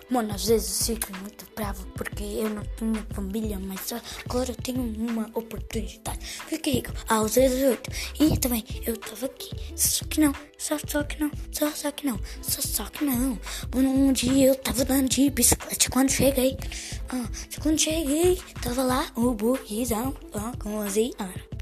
Mano, às vezes eu fico muito bravo porque eu não tinha família, mas agora eu tenho uma oportunidade. Fiquei rico aos 18 e também eu tava aqui. Só que não. Um dia eu tava andando de bicicleta quando cheguei. Tava lá o burguizão com 11 anos.